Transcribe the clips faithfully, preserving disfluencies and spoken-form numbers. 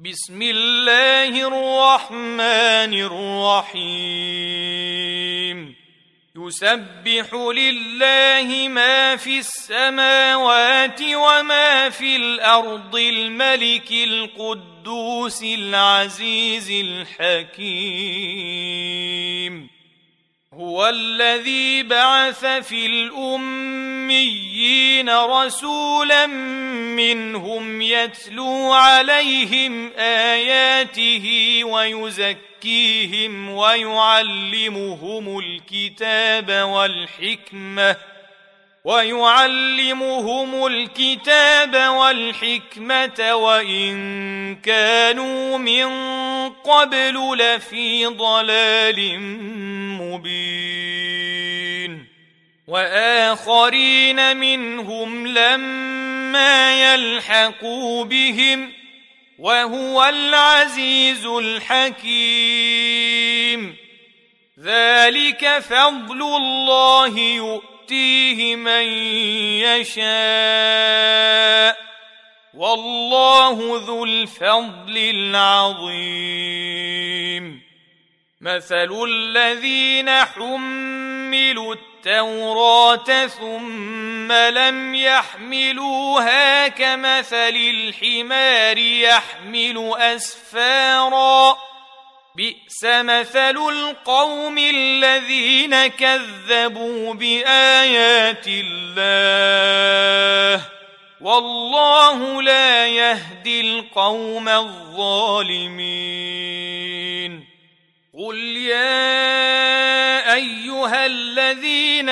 بسم الله الرحمن الرحيم يسبح لله ما في السماوات وما في الأرض الملك القدوس العزيز الحكيم هو الذي بعث في الأميين رسولا منهم يتلو عليهم آياته ويزكيهم ويعلمهم الكتاب والحكمة ويعلمهم الكتاب والحكمة وإن كانوا من قبل لفي ضلال مبين وآخرين منهم لما يلحقوا بهم وهو العزيز الحكيم ذلك فضل الله يؤتيه من يشاء والله ذو الفضل العظيم مثل الذين حملوا التوراة ثم لم يحملوها كمثل الحمار يحمل أسفارا بئس مثل القوم الذين كذبوا بآيات الله والله لا يهدي القوم الظالمين قل يا أيها الذين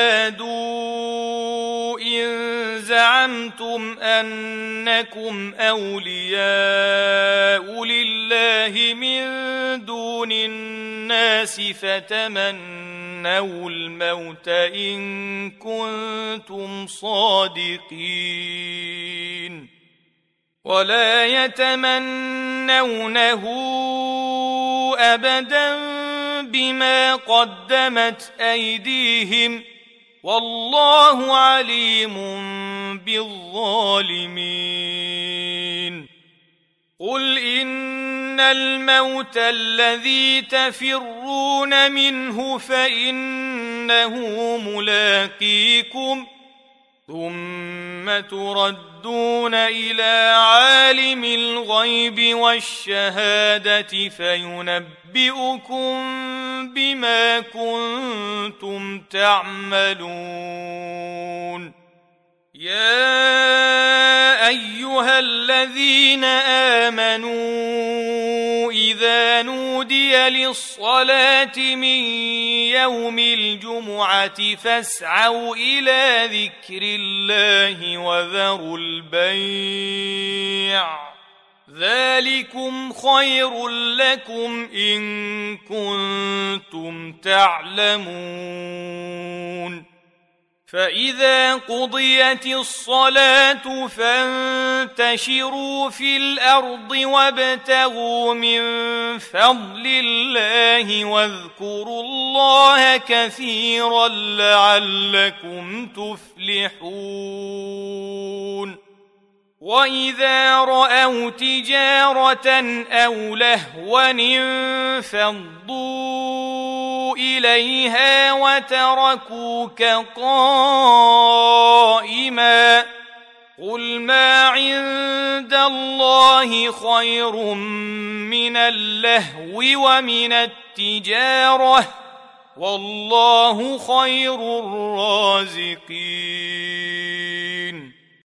هادوا إن زعمتم أنكم أولياء لله من دون الناس فتمنوا الموت إن كنتم صادقين ولا يتمنونه أبدا بما قدمت أيديهم والله عليم بالظالمين قل إن الموت الذي تفرون منه فإنه ملاقيكم ثم تردون إلى عالم الغيب والشهادة فينبئكم بما كنتم تعملون يا أيها الذين آمنوا إذا نودي للصلاة من يوم الجمعة فاسعوا إلى ذكر الله وذروا البيع ذلكم خير لكم إن كنتم تعلمون فإذا قضيت الصلاة فانتشروا في الأرض وابتغوا من فضل الله واذكروا الله كثيرا لعلكم تفلحون وإذا رأوا تجارة أو لهوا انفضوا إليها وتركوك قائما قل ما عند الله خير من اللهو ومن التجارة والله خير الرازقين